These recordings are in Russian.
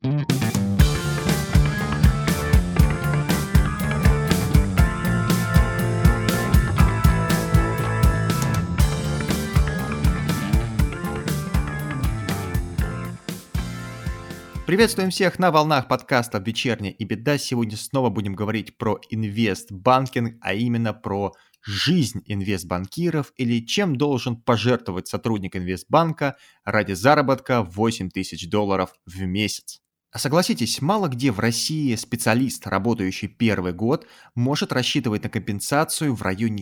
Приветствуем всех на волнах подкаста «Вечерняя и беда». Сегодня снова будем говорить про инвестбанкинг, а именно про жизнь инвестбанкиров или чем должен пожертвовать сотрудник инвестбанка ради заработка $8000 в месяц. Согласитесь, мало где в России специалист, работающий первый год, может рассчитывать на компенсацию в районе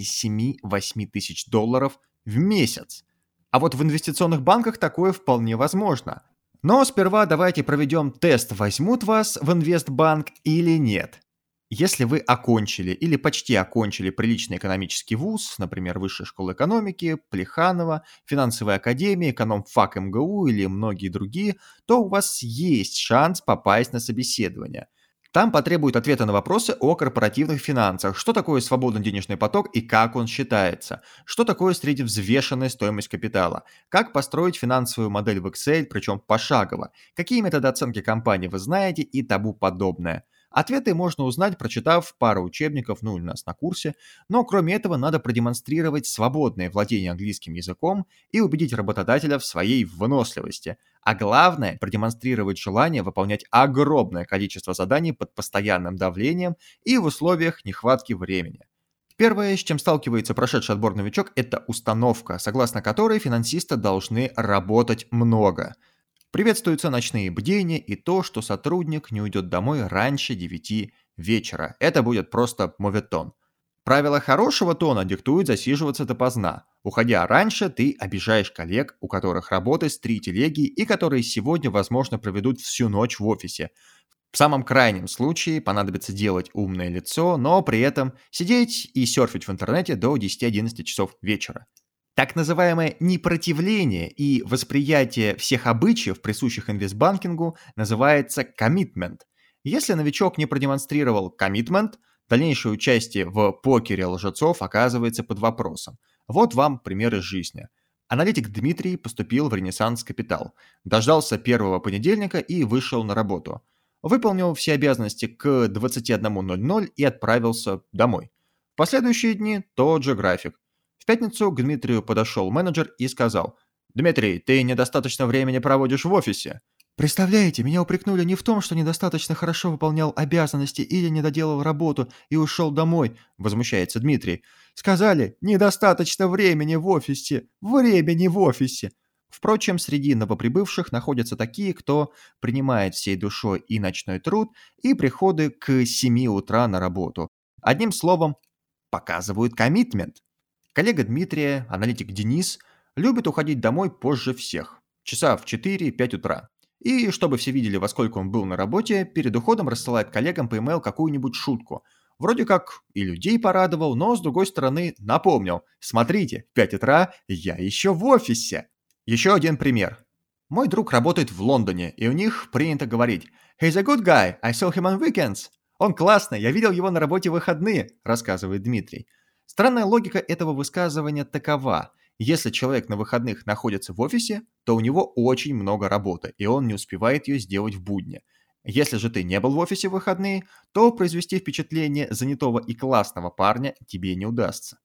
7-8 тысяч долларов в месяц. А вот в инвестиционных банках такое вполне возможно. Но сперва давайте проведем тест, возьмут вас в инвестбанк или нет. Если вы окончили или почти окончили приличный экономический вуз, например, Высшая школа экономики, Плеханова, финансовая академия, экономфак МГУ или многие другие, то у вас есть шанс попасть на собеседование. Там потребуют ответа на вопросы о корпоративных финансах, что такое свободный денежный поток и как он считается, что такое средневзвешенная стоимость капитала, как построить финансовую модель в Excel, причем пошагово, какие методы оценки компании вы знаете и тому подобное. Ответы можно узнать, прочитав пару учебников, или у нас на курсе, но кроме этого надо продемонстрировать свободное владение английским языком и убедить работодателя в своей выносливости. А главное, продемонстрировать желание выполнять огромное количество заданий под постоянным давлением и в условиях нехватки времени. Первое, с чем сталкивается прошедший отбор новичок, это установка, согласно которой финансисты должны работать много. Приветствуются ночные бдения и то, что сотрудник не уйдет домой раньше 9 вечера. Это будет просто моветон. Правила хорошего тона диктуют засиживаться допоздна. Уходя раньше, ты обижаешь коллег, у которых работы с 3 телеги и которые сегодня, возможно, проведут всю ночь в офисе. В самом крайнем случае понадобится делать умное лицо, но при этом сидеть и серфить в интернете до 10-11 часов вечера. Так называемое непротивление и восприятие всех обычаев, присущих инвестбанкингу, называется commitment. Если новичок не продемонстрировал commitment, дальнейшее участие в покере лжецов оказывается под вопросом. Вот вам пример из жизни. Аналитик Дмитрий поступил в Ренессанс Капитал, дождался первого понедельника и вышел на работу. Выполнил все обязанности к 21:00 и отправился домой. В последующие дни тот же график. В пятницу к Дмитрию подошел менеджер и сказал: «Дмитрий, ты недостаточно времени проводишь в офисе». «Представляете, меня упрекнули не в том, что недостаточно хорошо выполнял обязанности или не доделал работу и ушел домой», – возмущается Дмитрий. «Сказали, недостаточно времени в офисе. Времени в офисе». Впрочем, среди новоприбывших находятся такие, кто принимает всей душой и ночной труд, и приходы к 7 утра на работу. Одним словом, показывают коммитмент. Коллега Дмитрия, аналитик Денис, любит уходить домой позже всех, часа в 4-5 утра. И чтобы все видели, во сколько он был на работе, перед уходом рассылает коллегам по email какую-нибудь шутку. Вроде как и людей порадовал, но с другой стороны напомнил: смотрите, в 5 утра я еще в офисе. Еще один пример. Мой друг работает в Лондоне, и у них принято говорить: «He's a good guy, I saw him on weekends». Он классный, я видел его на работе в выходные, рассказывает Дмитрий. Странная логика этого высказывания такова: если человек на выходных находится в офисе, то у него очень много работы, и он не успевает ее сделать в будни. Если же ты не был в офисе в выходные, то произвести впечатление занятого и классного парня тебе не удастся.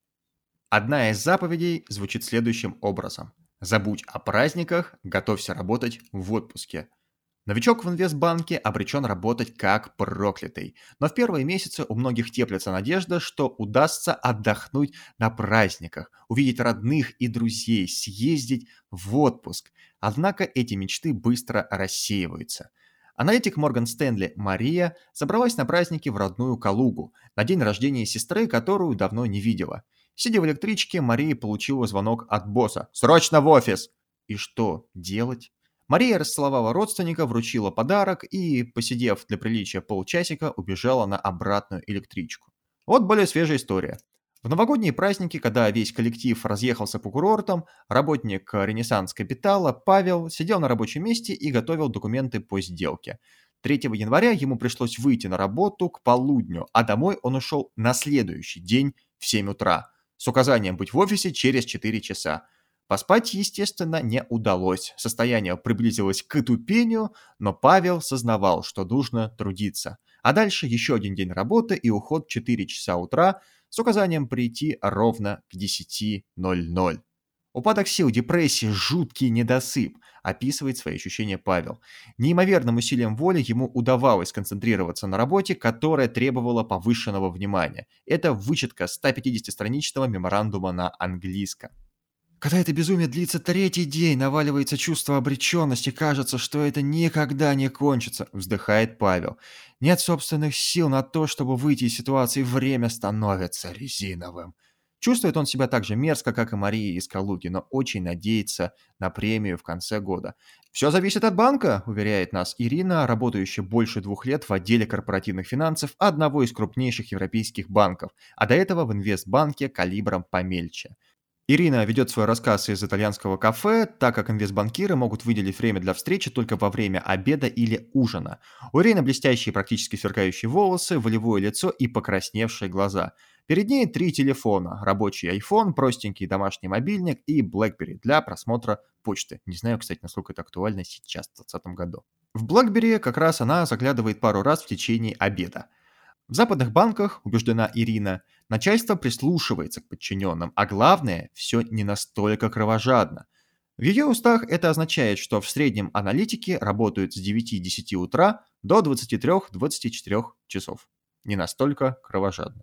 Одна из заповедей звучит следующим образом: забудь о праздниках, готовься работать в отпуске. Новичок в инвестбанке обречен работать как проклятый, но в первые месяцы у многих теплится надежда, что удастся отдохнуть на праздниках, увидеть родных и друзей, съездить в отпуск. Однако эти мечты быстро рассеиваются. Аналитик Морган Стэнли Мария собралась на праздники в родную Калугу, на день рождения сестры, которую давно не видела. Сидя в электричке, Мария получила звонок от босса: «Срочно в офис!» И что делать? Мария расцеловала родственника, вручила подарок и, посидев для приличия полчасика, убежала на обратную электричку. Вот более свежая история. В новогодние праздники, когда весь коллектив разъехался по курортам, работник Ренессанс Капитала Павел сидел на рабочем месте и готовил документы по сделке. 3 января ему пришлось выйти на работу к полудню, а домой он ушел на следующий день в 7 утра с указанием быть в офисе через 4 часа. Поспать, естественно, не удалось. Состояние приблизилось к отупению, но Павел сознавал, что нужно трудиться. А дальше еще один день работы и уход в 4 часа утра с указанием прийти ровно к 10:00. Упадок сил, депрессия, жуткий недосып, описывает свои ощущения Павел. Неимоверным усилием воли ему удавалось сконцентрироваться на работе, которая требовала повышенного внимания. Это вычетка 150-страничного меморандума на английском. Когда это безумие длится третий день, наваливается чувство обреченности, кажется, что это никогда не кончится, вздыхает Павел. Нет собственных сил на то, чтобы выйти из ситуации, время становится резиновым. Чувствует он себя так же мерзко, как и Мария из Калуги, но очень надеется на премию в конце года. «Все зависит от банка», уверяет нас Ирина, работающая больше 2 лет в отделе корпоративных финансов одного из крупнейших европейских банков, а до этого в инвестбанке калибром помельче. Ирина ведет свой рассказ из итальянского кафе, так как инвестбанкиры могут выделить время для встречи только во время обеда или ужина. У Ирины блестящие, практически сверкающие волосы, волевое лицо и покрасневшие глаза. Перед ней 3 телефона: рабочий iPhone, простенький домашний мобильник и BlackBerry для просмотра почты. Не знаю, кстати, насколько это актуально сейчас, в 2020 году. В BlackBerry как раз она заглядывает пару раз в течение обеда. В западных банках, убеждена Ирина, начальство прислушивается к подчиненным, а главное, все не настолько кровожадно. В ее устах это означает, что в среднем аналитики работают с 9-10 утра до 23-24 часов. Не настолько кровожадно.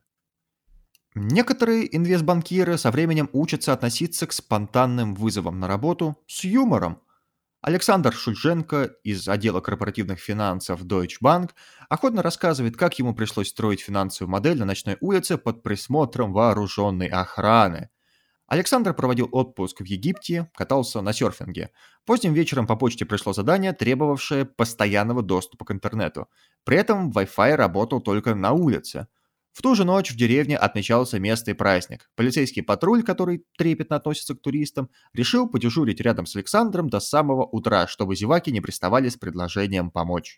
Некоторые инвестбанкиры со временем учатся относиться к спонтанным вызовам на работу с юмором. Александр Шульженко из отдела корпоративных финансов Deutsche Bank охотно рассказывает, как ему пришлось строить финансовую модель на ночной улице под присмотром вооруженной охраны. Александр проводил отпуск в Египте, катался на серфинге. Поздним вечером по почте пришло задание, требовавшее постоянного доступа к интернету. При этом Wi-Fi работал только на улице. В ту же ночь в деревне отмечался местный праздник. Полицейский патруль, который трепетно относится к туристам, решил подежурить рядом с Александром до самого утра, чтобы зеваки не приставали с предложением помочь.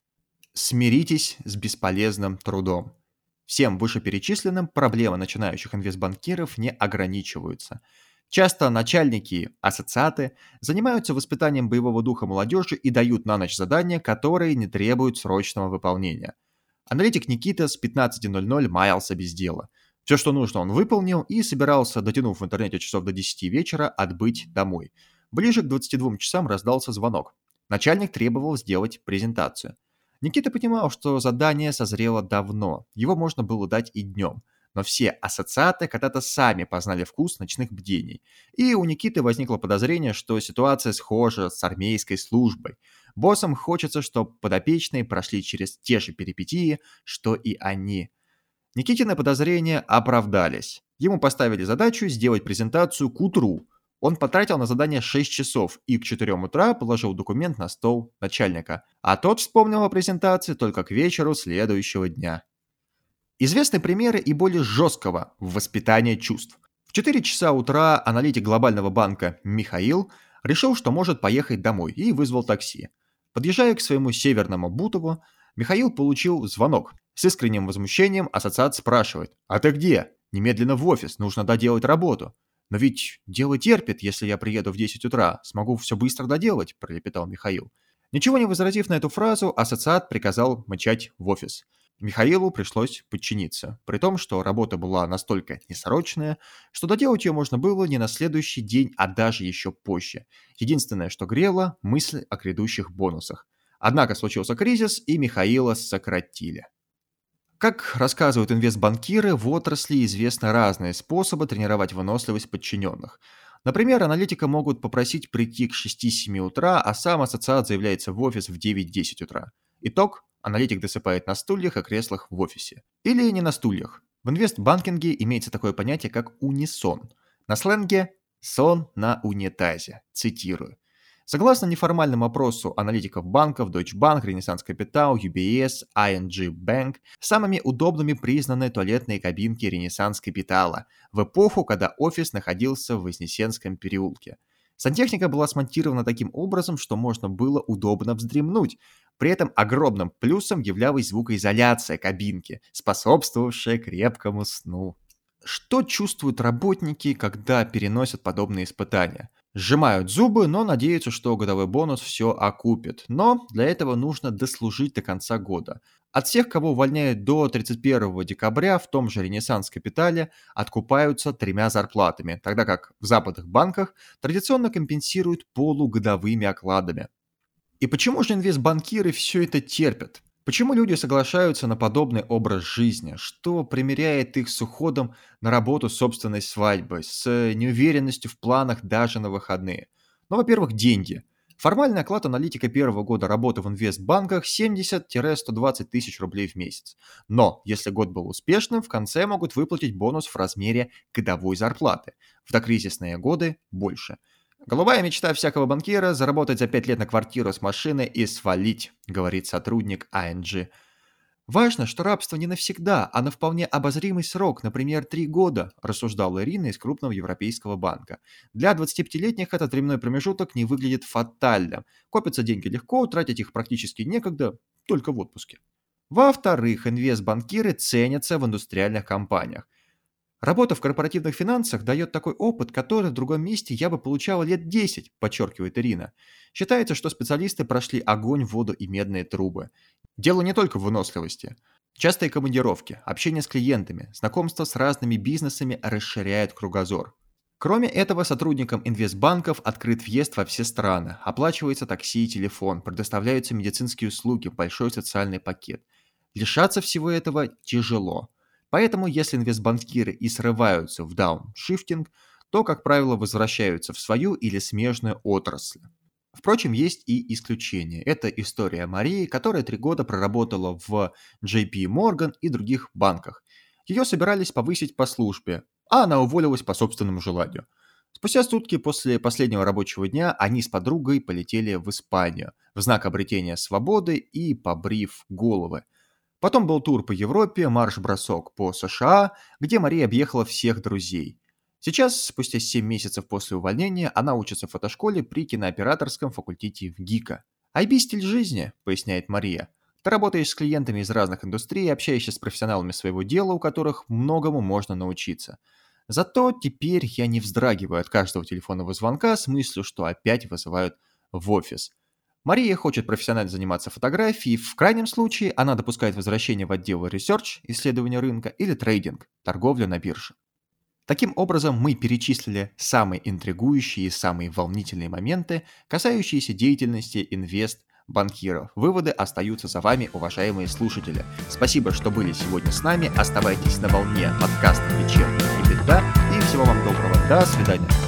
Смиритесь с бесполезным трудом. Всем вышеперечисленным проблемы начинающих инвестбанкиров не ограничиваются. Часто начальники, ассоциаты занимаются воспитанием боевого духа молодежи и дают на ночь задания, которые не требуют срочного выполнения. Аналитик Никита с 15:00 маялся без дела. Все, что нужно, он выполнил и собирался, дотянув в интернете часов до 10 вечера, отбыть домой. Ближе к 22 часам раздался звонок. Начальник требовал сделать презентацию. Никита понимал, что задание созрело давно, его можно было дать и днем. Но все ассоциаты когда-то сами познали вкус ночных бдений. И у Никиты возникло подозрение, что ситуация схожа с армейской службой. Боссам хочется, чтобы подопечные прошли через те же перипетии, что и они. Никитины подозрения оправдались. Ему поставили задачу сделать презентацию к утру. Он потратил на задание 6 часов и к 4 утра положил документ на стол начальника. А тот вспомнил о презентации только к вечеру следующего дня. Известны примеры и более жесткого воспитания чувств. В 4 часа утра аналитик глобального банка Михаил решил, что может поехать домой, и вызвал такси. Подъезжая к своему северному Бутову, Михаил получил звонок. С искренним возмущением ассоциат спрашивает: «А ты где? Немедленно в офис, нужно доделать работу». «Но ведь дело терпит, если я приеду в 10 утра, смогу все быстро доделать», – пролепетал Михаил. Ничего не возразив на эту фразу, ассоциат приказал мчать в офис. Михаилу пришлось подчиниться, при том, что работа была настолько несрочная, что доделать ее можно было не на следующий день, а даже еще позже. Единственное, что грело – мысль о грядущих бонусах. Однако случился кризис, и Михаила сократили. Как рассказывают инвестбанкиры, в отрасли известны разные способы тренировать выносливость подчиненных. Например, аналитика могут попросить прийти к 6-7 утра, а сам ассоциат заявляется в офис в 9-10 утра. Итог – аналитик досыпает на стульях и креслах в офисе. Или не на стульях. В инвестбанкинге имеется такое понятие, как унисон. На сленге «сон на унитазе». Цитирую. Согласно неформальному опросу аналитиков банков Deutsche Bank, Renaissance Capital, UBS, ING Bank, самыми удобными признаны туалетные кабинки Renaissance Capital в эпоху, когда офис находился в Вознесенском переулке. Сантехника была смонтирована таким образом, что можно было удобно вздремнуть. При этом огромным плюсом являлась звукоизоляция кабинки, способствовавшая крепкому сну. Что чувствуют работники, когда переносят подобные испытания? Сжимают зубы, но надеются, что годовой бонус все окупит. Но для этого нужно дослужить до конца года. От всех, кого увольняют до 31 декабря, в том же Ренессанс Капитале откупаются 3 зарплатами, тогда как в западных банках традиционно компенсируют полугодовыми окладами. И почему же инвестбанкиры все это терпят? Почему люди соглашаются на подобный образ жизни? Что примеряет их с уходом на работу с собственной свадьбой, с неуверенностью в планах даже на выходные? Ну, во-первых, деньги. Формальный оклад аналитика первого года работы в инвестбанках 70-120 тысяч рублей в месяц. Но, если год был успешным, в конце могут выплатить бонус в размере годовой зарплаты. В докризисные годы больше. Голубая мечта всякого банкира – заработать за 5 лет на квартиру с машиной и свалить, говорит сотрудник АНГ. Важно, что рабство не навсегда, а на вполне обозримый срок, например, 3 года, рассуждала Ирина из крупного европейского банка. Для 25-летних этот временной промежуток не выглядит фатальным. Копятся деньги легко, тратить их практически некогда, только в отпуске. Во-вторых, инвестбанкиры ценятся в индустриальных компаниях. Работа в корпоративных финансах дает такой опыт, который в другом месте я бы получала лет 10, подчеркивает Ирина. Считается, что специалисты прошли огонь, воду и медные трубы. Дело не только в выносливости. Частые командировки, общение с клиентами, знакомство с разными бизнесами расширяют кругозор. Кроме этого, сотрудникам инвестбанков открыт въезд во все страны, оплачивается такси и телефон, предоставляются медицинские услуги, большой социальный пакет. Лишаться всего этого тяжело. Поэтому, если инвестбанкиры и срываются в дауншифтинг, то, как правило, возвращаются в свою или смежную отрасль. Впрочем, есть и исключения. Это история Марии, которая 3 года проработала в JP Morgan и других банках. Ее собирались повысить по службе, а она уволилась по собственному желанию. Спустя сутки после последнего рабочего дня они с подругой полетели в Испанию в знак обретения свободы и побрив головы. Потом был тур по Европе, марш-бросок по США, где Мария объехала всех друзей. Сейчас, спустя 7 месяцев после увольнения, она учится в фотошколе при кинооператорском факультете в ГИКа. IB стиль жизни, поясняет Мария. Ты работаешь с клиентами из разных индустрий, общаешься с профессионалами своего дела, у которых многому можно научиться. Зато теперь я не вздрагиваю от каждого телефонного звонка с мыслью, что опять вызывают в офис. Мария хочет профессионально заниматься фотографией, в крайнем случае она допускает возвращение в отдел Research, исследование рынка, или трейдинг, торговлю на бирже. Таким образом, мы перечислили самые интригующие и самые волнительные моменты, касающиеся деятельности инвестбанкиров. Выводы остаются за вами, уважаемые слушатели. Спасибо, что были сегодня с нами. Оставайтесь на волне подкаста «Вечерняя и беда». И всего вам доброго. До свидания.